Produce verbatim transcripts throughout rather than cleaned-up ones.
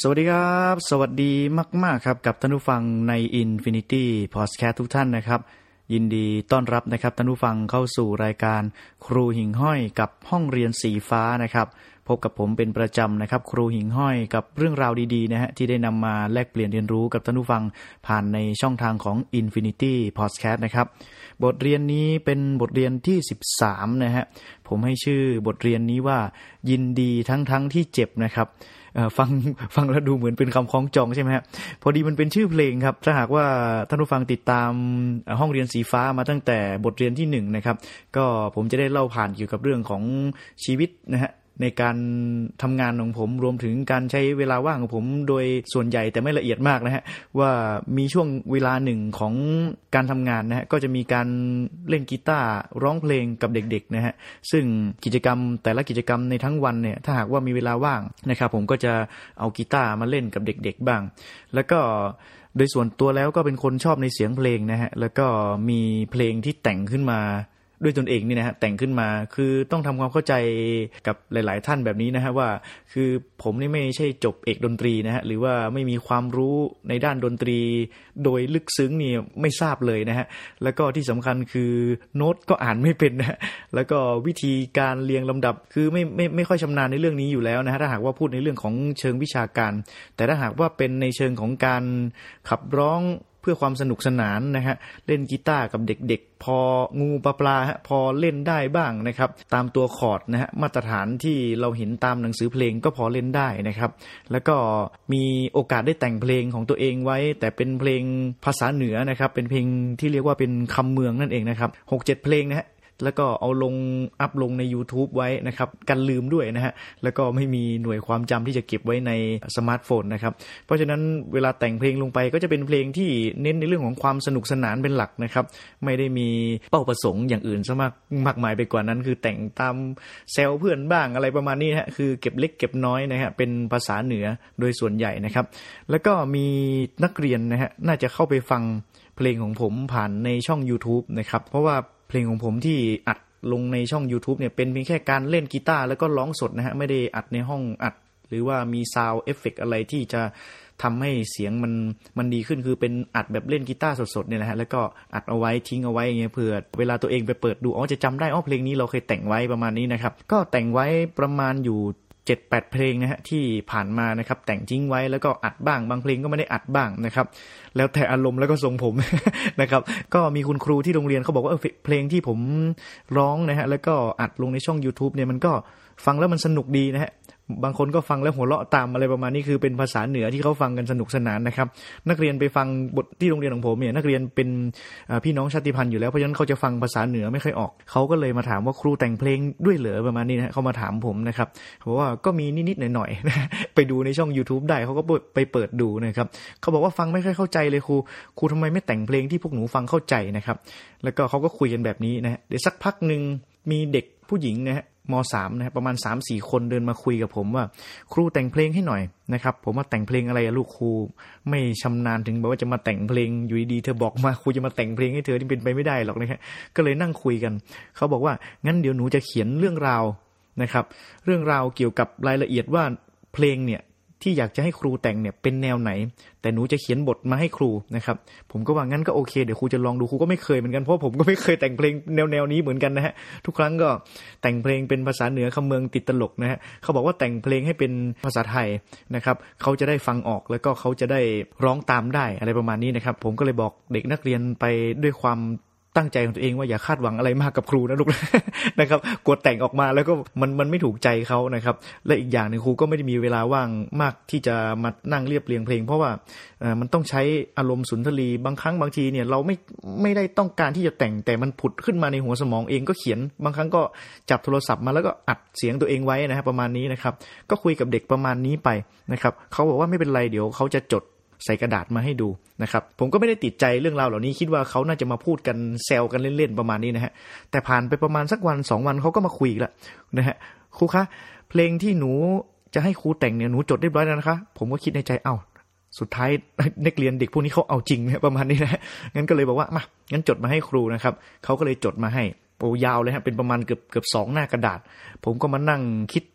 สวัสดีครับสวัสดีมากๆครับกับท่านผู้ฟังใน Infinity Podcast ทุกท่านนะครับยินดีต้อนรับนะครับท่านผู้ฟังเข้าสู่รายการครูหิ่งห้อยกับห้องเรียนสีฟ้านะครับพบกับผมเป็นประจำนะครับครูหิ่งห้อยกับเรื่องราวดีๆนะฮะที่ได้นำมาแลกเปลี่ยนเรียนรู้กับท่านผู้ฟังผ่านในช่องทางของ Infinity Podcast นะครับบทเรียนนี้เป็นบทเรียนที่สิบสามนะฮะผมให้ชื่อบทเรียนนี้ว่ายินดีทั้งๆที่เจ็บนะครับเอ่อฟังฟังแล้วดูเหมือนเป็นคำคล้องจองใช่ไหมฮะพอดีมันเป็นชื่อเพลงครับถ้าหากว่าท่านผู้ฟังติดตามห้องเรียนสีฟ้ามาตั้งแต่บทเรียนที่หนึ่งนะครับก็ผมจะได้เล่าผ่านเกี่ยวกับเรื่องของชีวิตนะฮะในการทำงานของผมรวมถึงการใช้เวลาว่างของผมโดยส่วนใหญ่แต่ไม่ละเอียดมากนะฮะว่ามีช่วงเวลาหนึ่งของการทำงานนะฮะก็จะมีการเล่นกีตาร์ร้องเพลงกับเด็กๆนะฮะซึ่งกิจกรรมแต่ละกิจกรรมในทั้งวันเนี่ยถ้าหากว่ามีเวลาว่างนะครับผมก็จะเอากีตาร์มาเล่นกับเด็กๆบ้างแล้วก็โดยส่วนตัวแล้วก็เป็นคนชอบในเสียงเพลงนะฮะแล้วก็มีเพลงที่แต่งขึ้นมาด้วยตนเองนี่นะฮะแต่งขึ้นมาคือต้องทำความเข้าใจกับหลายๆท่านแบบนี้นะฮะว่าคือผมนี่ไม่ใช่จบเอกดนตรีนะฮะหรือว่าไม่มีความรู้ในด้านดนตรีโดยลึกซึ้งนี่ไม่ทราบเลยนะฮะแล้วก็ที่สำคัญคือโน้ตก็อ่านไม่เป็นนะแล้วก็วิธีการเรียงลำดับคือไม่ไม่ไม่ค่อยชำนาญในเรื่องนี้อยู่แล้วนะฮะถ้าหากว่าพูดในเรื่องของเชิงวิชาการแต่ถ้าหากว่าเป็นในเชิงของการขับร้องเพื่อความสนุกสนานนะฮะเล่นกีตาร์กับเด็กๆพองูปลาปลาฮะพอเล่นได้บ้างนะครับตามตัวคอร์ดนะฮะมาตรฐานที่เราเห็นตามหนังสือเพลงก็พอเล่นได้นะครับแล้วก็มีโอกาสได้แต่งเพลงของตัวเองไว้แต่เป็นเพลงภาษาเหนือนะครับเป็นเพลงที่เรียกว่าเป็นคำเมืองนั่นเองนะครับ หกเจ็ด เพลงนะฮะแล้วก็เอาลงอัพลงใน YouTube ไว้นะครับกันลืมด้วยนะฮะแล้วก็ไม่มีหน่วยความจำที่จะเก็บไว้ในสมาร์ทโฟนนะครับเพราะฉะนั้นเวลาแต่งเพลงลงไปก็จะเป็นเพลงที่เน้นในเรื่องของความสนุกสนานเป็นหลักนะครับไม่ได้มีเป้าประสงค์อย่างอื่นซะมากมากมายไปกว่านั้นคือแต่งตามแซวเพื่อนบ้างอะไรประมาณนี้นะฮะคือเก็บเล็กเก็บน้อยนะฮะเป็นภาษาเหนือโดยส่วนใหญ่นะครับแล้วก็มีนักเรียนนะฮะน่าจะเข้าไปฟังเพลงของผมผ่านในช่อง YouTube นะครับเพราะว่าเพลงของผมที่อัดลงในช่อง YouTube เนี่ยเป็นเพียงแค่การเล่นกีตาร์แล้วก็ร้องสดนะฮะไม่ได้อัดในห้องอัดหรือว่ามีซาวด์เอฟเฟคอะไรที่จะทำให้เสียงมันมันดีขึ้นคือเป็นอัดแบบเล่นกีตาร์สดๆเนี่ยนะฮะแล้วก็อัดเอาไว้ทิ้งเอาไว้อย่างเงี้ยเผื่อเวลาตัวเองไปเปิดดูอ๋อจะจำได้อ๋อเพลงนี้เราเคยแต่งไว้ประมาณนี้นะครับก็แต่งไว้ประมาณอยู่เจ็ดแปด เพลงนะฮะที่ผ่านมานะครับแต่งทิ้งไว้แล้วก็อัดบ้างบางเพลงก็ไม่ได้อัดบ้างนะครับแล้วแต่อารมณ์แล้วก็ทรงผม นะครับก็มีคุณครูที่โรงเรียนเขาบอกว่าเออเพลงที่ผมร้องนะฮะแล้วก็อัดลงในช่อง YouTube เนี่ยมันก็ฟังแล้วมันสนุกดีนะฮะบางคนก็ฟังแล้วหัวเราะตามอะไรประมาณนี้คือเป็นภาษาเหนือที่เขาฟังกันสนุกสนานนะครับนักเรียนไปฟังบทที่โรงเรียนของผมเนี่ยนักเรียนเป็นพี่น้องชาติพันธุ์อยู่แล้วเพราะฉะนั้นเขาจะฟังภาษาเหนือไม่ค่อยออกเขาก็เลยมาถามว่าครูแต่งเพลงด้วยเหรอประมาณนี้นะเขามาถามผมนะครับบอกว่าก็มีนิดๆหน่อยๆนะไปดูในช่อง YouTube ได้เขาก็ไปเปิดดูนะครับเขาบอกว่าฟังไม่ค่อยเข้าใจเลยครูครูทำไมไม่แต่งเพลงที่พวกหนูฟังเข้าใจนะครับแล้วก็เขาก็คุยกันแบบนี้นะเดี๋ยวสักพักนึงมีเด็กผู้หญิงนะฮะม.สาม นะประมาณ สามสี่ คนเดินมาคุยกับผมว่าครูแต่งเพลงให้หน่อยนะครับผมว่าแต่งเพลงอะไรอะลูกครูไม่ชำนาญถึงบอกว่าจะมาแต่งเพลงอยู่ดีๆเธอบอกมาครูจะมาแต่งเพลงให้เธอนี่เป็นไปไม่ได้หรอกนะฮะก็เลยนั่งคุยกันเขาบอกว่างั้นเดี๋ยวหนูจะเขียนเรื่องราวนะครับเรื่องราวเกี่ยวกับรายละเอียดว่าเพลงเนี่ยที่อยากจะให้ครูแต่งเนี่ยเป็นแนวไหนแต่หนูจะเขียนบทมาให้ครูนะครับผมก็ว่างั้นก็โอเคเดี๋ยวครูจะลองดูครูก็ไม่เคยเหมือนกันเพราะผมก็ไม่เคยแต่งเพลงแนวแนวนี้เหมือนกันนะฮะทุกครั้งก็แต่งเพลงเป็นภาษาเหนือคำเมืองติดตลกนะฮะเขาบอกว่าแต่งเพลงให้เป็นภาษาไทยนะครับเขาจะได้ฟังออกแล้วก็เขาจะได้ร้องตามได้อะไรประมาณนี้นะครับผมก็เลยบอกเด็กนักเรียนไปด้วยความตั้งใจของตัวเองว่าอย่าคาดหวังอะไรมากกับครูนะลูก นะครับกดแต่งออกมาแล้วก็มันมันไม่ถูกใจเขานะครับและอีกอย่างนึงครูก็ไม่ได้มีเวลาว่างมากที่จะมานั่งเรียบเรียงเพลงเพราะว่าเอ่อมันต้องใช้อารมณ์สุนทรีบางครั้งบางทีเนี่ยเราไม่ไม่ได้ต้องการที่จะแต่งแต่มันผุดขึ้นมาในหัวสมองเองก็เขียนบางครั้งก็จับโทรศัพท์มาแล้วก็อัดเสียงตัวเองไว้นะครับประมาณนี้นะครับก็คุยกับเด็กประมาณนี้ไปนะครับเขาบอกว่าไม่เป็นไรเดี๋ยวเขาจะจดใส่กระดาษมาให้ดูนะครับผมก็ไม่ได้ติดใจเรื่องราวเหล่านี้คิดว่าเขาน่าจะมาพูดกันแซวกันเล่นๆประมาณนี้นะฮะแต่ผ่านไปประมาณสักวันสองวันเขาก็มาคุยอีกแล้วนะฮะครูคะเพลงที่หนูจะให้ครูแต่งเนี่ยหนูจดเรียบร้อยแล้วนะคะผมก็คิดในใจเอ้าสุดท้ายนักเรียนเด็กพวกนี้เขาเอาจริงเนี่ยประมาณนี้นะงั้นก็เลยบอกว่ามางั้นจดมาให้ครูนะครับเขาก็เลยจดมาให้โอ้ยาวเลยฮะเป็นประมาณเกือบเกือบสองหน้ากระดาษผมก็มานั่งคิดท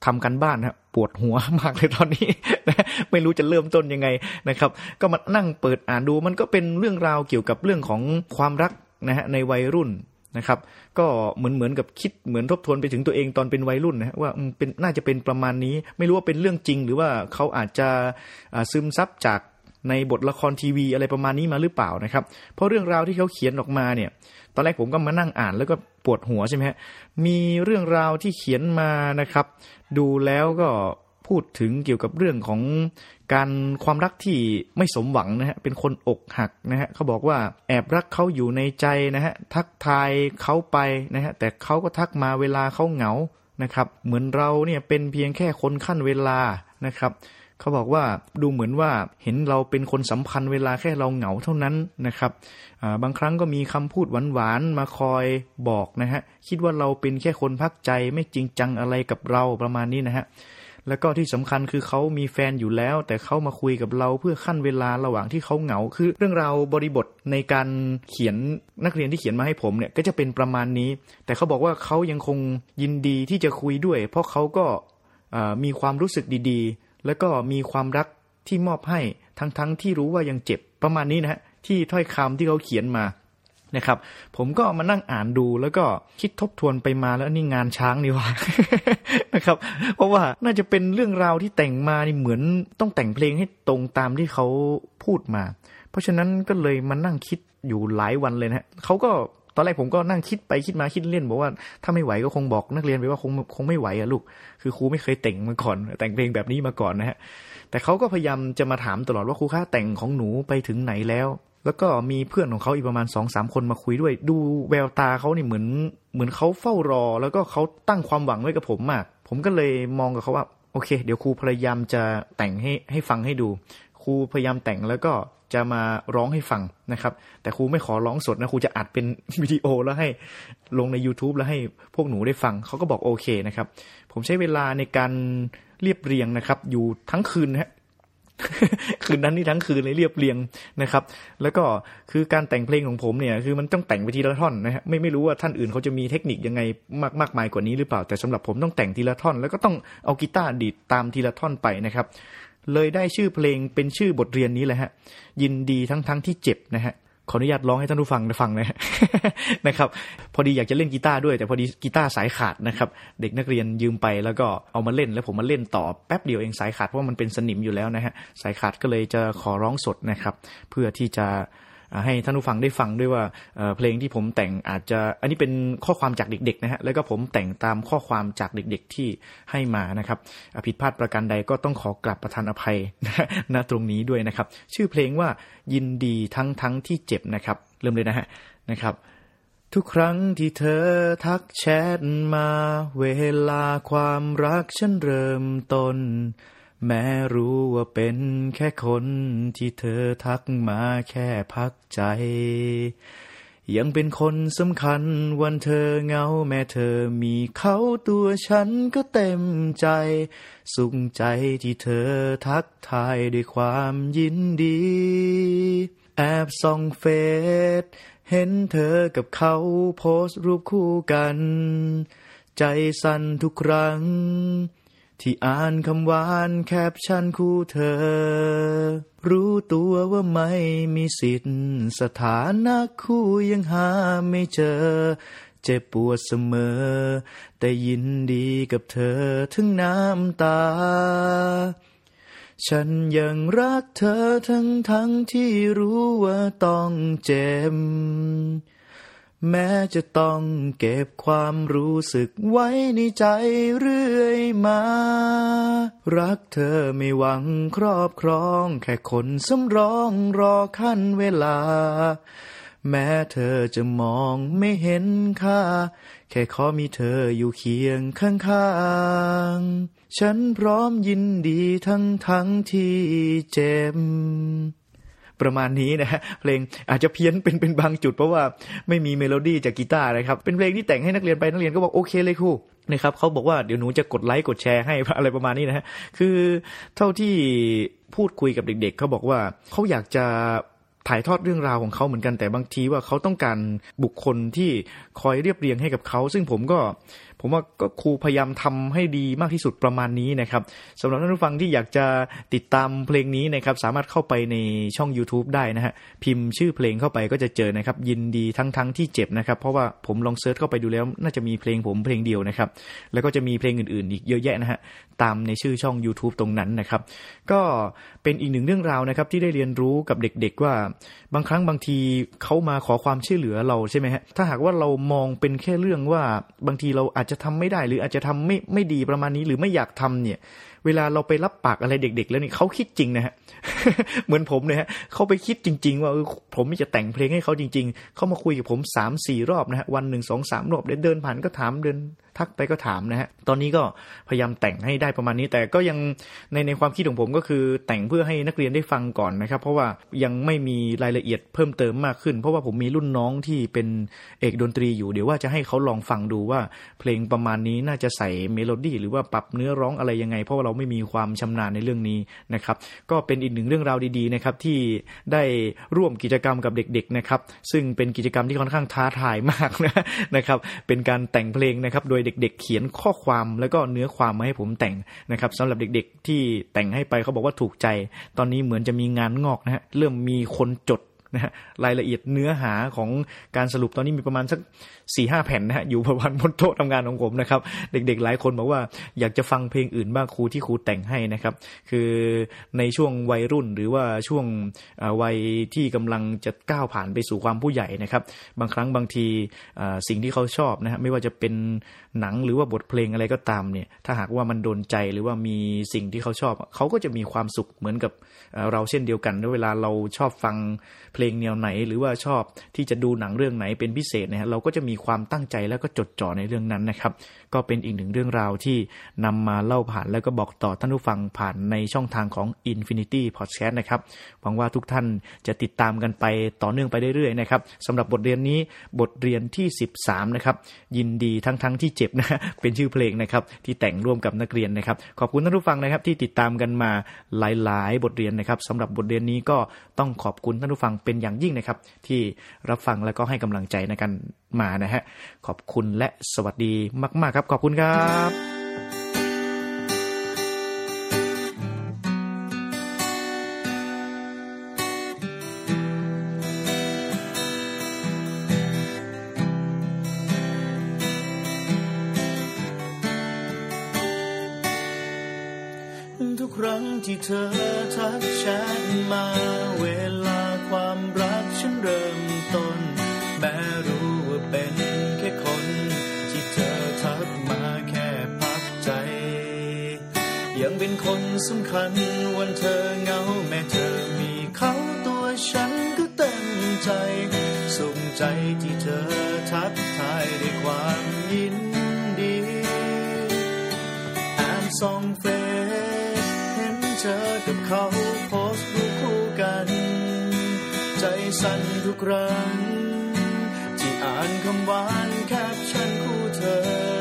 ทำกันบ้านนะปวดหัวมากเลยตอนนี้นะไม่รู้จะเริ่มต้นยังไงนะครับก็มานั่งเปิดอ่านดูมันก็เป็นเรื่องราวเกี่ยวกับเรื่องของความรักนะฮะในวัยรุ่นนะครับก็เหมือนเหมือนกับคิดเหมือนทบทวนไปถึงตัวเองตอนเป็นวัยรุ่นนะว่าเป็นน่าจะเป็นประมาณนี้ไม่รู้ว่าเป็นเรื่องจริงหรือว่าเขาอาจจะซึมซับจากในบทละครทีวีอะไรประมาณนี้มาหรือเปล่านะครับเพราะเรื่องราวที่เขาเขียนออกมาเนี่ยตอนแรกผมก็มานั่งอ่านแล้วก็ปวดหัวใช่ไหมฮะมีเรื่องราวที่เขียนมานะครับดูแล้วก็พูดถึงเกี่ยวกับเรื่องของการความรักที่ไม่สมหวังนะฮะเป็นคนอกหักนะฮะเขาบอกว่าแอบรักเขาอยู่ในใจนะฮะทักทายเขาไปนะฮะแต่เขาก็ทักมาเวลาเขาเหงานะครับเหมือนเราเนี่ยเป็นเพียงแค่คนขั้นเวลานะครับเขาบอกว่าดูเหมือนว่าเห็นเราเป็นคนสำคัญเวลาแค่เราเหงาเท่านั้นนะครับบางครั้งก็มีคำพูดหวานๆมาคอยบอกนะฮะคิดว่าเราเป็นแค่คนพักใจไม่จริงจังอะไรกับเราประมาณนี้นะฮะแล้วก็ที่สำคัญคือเขามีแฟนอยู่แล้วแต่เขามาคุยกับเราเพื่อขั้นเวลาระหว่างที่เขาเหงาคือเรื่องราวบริบทในการเขียนนักเรียนที่เขียนมาให้ผมเนี่ยก็จะเป็นประมาณนี้แต่เขาบอกว่าเขายังคงยินดีที่จะคุยด้วยเพราะเขาก็มีความรู้สึกดีๆแล้วก็มีความรักที่มอบให้ทั้งๆที่รู้ว่ายังเจ็บประมาณนี้นะฮะที่ถ้อยคำที่เขาเขียนมานะครับผมก็มานั่งอ่านดูแล้วก็คิดทบทวนไปมาแล้วนี่งานช้างนี่ว่า นะครับเพราะว่าน่าจะเป็นเรื่องราวที่แต่งมานี่เหมือนต้องแต่งเพลงให้ตรงตามที่เขาพูดมาเพราะฉะนั้นก็เลยมานั่งคิดอยู่หลายวันเลยนะฮะเขาก็ตอนแรกผมก็นั่งคิดไปคิดมาคิดเล่นบอกว่าถ้าไม่ไหวก็คงบอกนักเรียนไปว่าคงคงไม่ไหวอะลูกคือครูไม่เคยแต่งมาก่อนแต่งเพลงแบบนี้มาก่อนนะฮะแต่เขาก็พยายามจะมาถามตลอดว่าครูคะแต่งของหนูไปถึงไหนแล้วแล้วก็มีเพื่อนของเขาอีกประมาณ สองสาม คนมาคุยด้วยดูแววตาเขานี่เหมือนเหมือนเขาเฝ้ารอแล้วก็เขาตั้งความหวังไว้กับผมมากผมก็เลยมองกับเขาว่าโอเคเดี๋ยวครูพยายามจะแต่งให้ให้ฟังให้ดูครูพยายามแต่งแล้วก็จะมาร้องให้ฟังนะครับแต่ครูไม่ขอร้องสดนะครูจะอัดเป็นวิดีโอแล้วให้ลงใน YouTube แล้วให้พวกหนูได้ฟังเขาก็บอกโอเคนะครับผมใช้เวลาในการเรียบเรียงนะครับอยู่ทั้งคืนนะฮะ คืนนั้นนี่ทั้งคืนเลยเรียบเรียงนะครับแล้วก็คือการแต่งเพลงของผมเนี่ยคือมันต้องแต่งไปทีละท่อนนะฮะไม่ไม่รู้ว่าท่านอื่นเขาจะมีเทคนิคยังไงมากมากมายกว่านี้หรือเปล่าแต่สำหรับผมต้องแต่งทีละท่อนแล้วก็ต้องเอากีตาร์ดีดตามทีละท่อนไปนะครับเลยได้ชื่อเพลงเป็นชื่อบทเรียนนี้แหละฮะยินดีทั้งทั้งที่เจ็บนะฮะขออนุญาตร้องให้ท่านผู้ฟังได้ฟังนะฮะ นะครับพอดีอยากจะเล่นกีตาร์ด้วยแต่พอดีกีตาร์สายขาดนะครับเด็กนักเรียนยืมไปแล้วก็เอามาเล่นแล้วผมมาเล่นต่อแป๊บเดียวเองสายขาดเพราะมันเป็นสนิมอยู่แล้วนะฮะสายขาดก็เลยจะขอร้องสดนะครับเพื่อที่จะให้ท่านผู้ฟังได้ฟังด้วยว่าเพลงที่ผมแต่งอาจจะอันนี้เป็นข้อความจากเด็กๆนะฮะแล้วก็ผมแต่งตามข้อความจากเด็กๆที่ให้มานะครับผิดพลาดประการใดก็ต้องขอกราบประทานอภัยณตรงนี้ด้วยนะครับชื่อเพลงว่ายินดีทั้งทั้งที่เจ็บนะครับเริ่มเลยนะฮะนะครับทุกครั้งที่เธอทักแชทมาเวลาความรักฉันเริ่มต้นแม้รู้ว่าเป็นแค่คนที่เธอทักมาแค่พักใจยังเป็นคนสำคัญวันเธอเหงาแม้เธอมีเขาตัวฉันก็เต็มใจสุขใจที่เธอทักทายด้วยความยินดีแอบส่องเฟซเห็นเธอกับเขาโพสต์รูปคู่กันใจสั่นทุกครั้งที่อ่านคำหวานแคปชั่นคู่เธอรู้ตัวว่าไม่มีสิทธิ์สถานะคู่ยังหาไม่เจอเจ็บปวดเสมอแต่ยินดีกับเธอถึงน้ำตาฉันยังรักเธอทั้งทั้งที่รู้ว่าต้องเจ็บแม้จะต้องเก็บความรู้สึกไว้ในใจเรื่อยมารักเธอไม่หวังครอบครองแค่คนสำรองรอขั้นเวลาแม้เธอจะมองไม่เห็นค่าแค่ขอมีเธออยู่เคียงข้างๆฉันพร้อมยินดีทั้งทั้งที่เจ็บประมาณนี้นะฮะเพลงอาจจะเพี้ยนเป็นเป็นบางจุดเพราะว่าไม่มีเมโลดี้จากกีตาร์นะครับเป็นเพลงที่แต่งให้นักเรียนไปนักเรียนก็บอกโอเคเลยครูนะครับเขาบอกว่าเดี๋ยวหนูจะกดไลค์กดแชร์ให้อะไรประมาณนี้นะฮะคือเท่าที่พูดคุยกับเด็กๆเขาบอกว่าเขาอยากจะถ่ายทอดเรื่องราวของเขาเหมือนกันแต่บางทีว่าเขาต้องการบุคคลที่คอยเรียบเรียงให้กับเขาซึ่งผมก็ผมว่าก็ครูพยายามทำให้ดีมากที่สุดประมาณนี้นะครับสำหรับท่านผู้ฟังที่อยากจะติดตามเพลงนี้นะครับสามารถเข้าไปในช่อง YouTube ได้นะฮะพิมพ์ชื่อเพลงเข้าไปก็จะเจอนะครับยินดีทั้งทั้งที่เจ็บนะครับเพราะว่าผมลองเซิร์ชเข้าไปดูแล้วน่าจะมีเพลงผมเพลงเดียวนะครับแล้วก็จะมีเพลงอื่นๆอีกเยอะแยะนะฮะตามในชื่อช่อง YouTube ตรงนั้นนะครับก็เป็นอีกหนึ่งเรื่องราวนะครับที่ได้เรียนรู้กับเด็กๆว่าบางครั้งบางทีเขามาขอความช่วยเหลือเราใช่ไหมฮะถ้าหากว่าเรามองเป็นแค่เรื่องว่าบางทีเราอาจจะทำไม่ได้หรืออาจจะทำไม่ไม่ดีประมาณนี้หรือไม่อยากทำเนี่ยเวลาเราไปรับปากอะไรเด็กๆแล้วนี่เขาคิดจริงนะฮะ เหมือนผมเนี่ยฮะเขาไปคิดจริงๆว่าเออผมจะแต่งเพลงให้เขาจริงๆเขามาคุยกับผม สามสี่ รอบนะฮะวันหนึ่ง สองสาม รอบเดินเดินผ่านก็ถามเดินทักไปก็ถามนะฮะตอนนี้ก็พยายามแต่งให้ได้ประมาณนี้แต่ก็ยังในในความคิดของผมก็คือแต่งเพื่อให้นักเรียนได้ฟังก่อนนะครับเพราะว่ายังไม่มีรายละเอียดเพิ่มเติมมากขึ้นเพราะว่าผมมีรุ่นน้องที่เป็นเอกดนตรีอยู่เดี๋ยวว่าจะให้เขาลองฟังดูว่าเพลงประมาณนี้น่าจะใส่เมโลดี้หรือว่าปรับเนื้อร้องอะไรยังไงเพราะว่าเราไม่มีความชำนาญในเรื่องนี้นะครับก็เป็นอีกหนึ่งเรื่องราวดีๆนะครับที่ได้ร่วมกิจกรรมกับเด็กๆนะครับซึ่งเป็นกิจกรรมที่ค่อนข้างท้าทายมากนะนะครับเป็นการแต่งเพลงนะครับโดยเด็กๆเขียนข้อความแล้วก็เนื้อความมาให้ผมแต่งนะครับสำหรับเด็กๆที่แต่งให้ไปเขาบอกว่าถูกใจตอนนี้เหมือนจะมีงานงอกนะฮะเริ่มมีคนจดนะฮะรายละเอียดเนื้อหาของการสรุปตอนนี้มีประมาณสัก สี่ห้า แผ่นนะฮะอยู่ประมาณบนโต๊ะทำงานของผมนะครับเด็กๆหลายคนบอกว่าอยากจะฟังเพลงอื่นบ้างครูที่ครูแต่งให้นะครับคือในช่วงวัยรุ่นหรือว่าช่วงวัยที่กำลังจะก้าวผ่านไปสู่ความผู้ใหญ่นะครับบางครั้งบางทีสิ่งที่เขาชอบนะฮะไม่ว่าจะเป็นหนังหรือว่าบทเพลงอะไรก็ตามเนี่ยถ้าหากว่ามันโดนใจหรือว่ามีสิ่งที่เขาชอบเขาก็จะมีความสุขเหมือนกับเราเช่นเดียวกันเวลาเราชอบฟังเพลงแนวไหนหรือว่าชอบที่จะดูหนังเรื่องไหนเป็นพิเศษนะฮะเราก็จะมีความตั้งใจแล้วก็จดจ่อในเรื่องนั้นนะครับก็เป็นอีกหนึ่งเรื่องราวที่นำมาเล่าผ่านแล้วก็บอกต่อท่านผู้ฟังผ่านในช่องทางของ Infinity Podcast นะครับหวังว่าทุกท่านจะติดตามกันไปต่อเนื่องไปเรื่อยๆนะครับสำหรับบทเรียนนี้บทเรียนที่สิบสามนะครับยินดีทั้งๆที่เจ็บนะเป็นชื่อเพลงนะครับที่แต่งร่วมกับนักเรียนนะครับขอบคุณท่านผู้ฟังนะครับที่ติดตามกันมาหลายๆบทเรียนนะครับสำหรับบทเรียนนี้ก็ต้องขอบคุณท่านผู้ฟังเป็นอย่างยิ่งนะครับที่รับฟังแล้วก็ให้กำลังใจในการมานะฮะขอบคุณและสวัสดีมากๆครับขอบคุณครับทุกครั้งที่เธอทักแชทมาเวลาความรักฉันเริ่มต้นแม้รู้ว่าเป็นแค่คนที่เธอทักมาแค่พักใจยังเป็นคนสำคัญวันเธอเหงาแม้เธอมีเขาตัวฉันก็เต็มใจสุขใจที่เธอทักทายด้วยความยินดีอ่านส่องเฟซเห็นเธอกับเขาโพสต์รูปคู่กันใจสั่นทุกครั้งที่อ่านคำหวานแคปชั่นคู่เธอ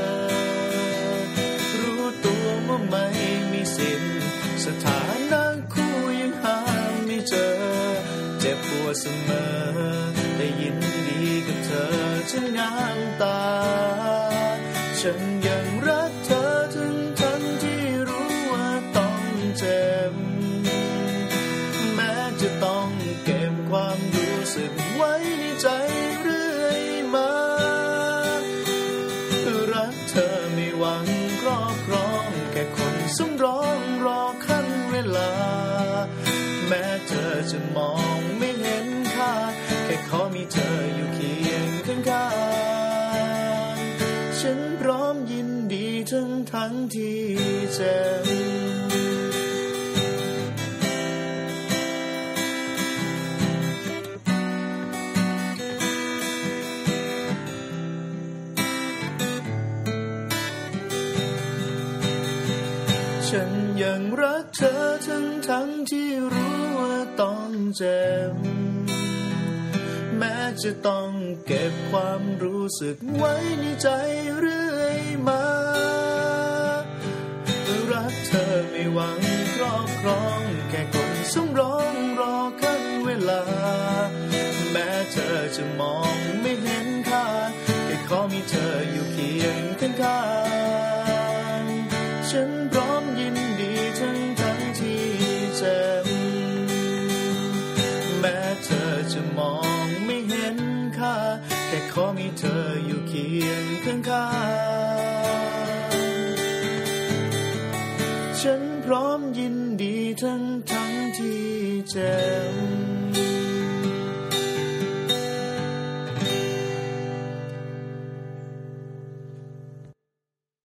รู้ตัวว่าไม่มีสิทธิ์สถานะคู่ยังหาไม่เจอเจ็บปวดเสมอได้ยินดีกับเธอฉันน้ำตาฉันยังรักเธอถึงทั้งที่รู้ว่าต้องเจ็บแม้จะต้องเก็บความรู้สึกไว้ในใจเรื่อยมารักเธอไม่หวังครอบครองแค่คนสำรองรอขั้นเวลาแม้เธอจะมองไม่เห็นค่าแค่ขอมีเธออยู่เคียงข้างๆฉันพร้อมยินดีทั้งทั้งที่เจ็บฉันยังรักเธอทั้งทั้งที่รู้ว่าต้องเจ็บแม้จะต้องเก็บความรู้สึกไว้ในใจเรื่อยมารักเธอไม่หวังครอบครองแค่คนสำรองรอขั้นเวลาอยู่เคียงข้างๆฉันพร้อมยินดีทั้งทั้งที่เจ็บแม้เธอจะมองไม่เห็นค่าแค่ขอมีเธออยู่เคียงข้างๆฉันพร้อมยินดีทั้งทั้งที่เจ็บ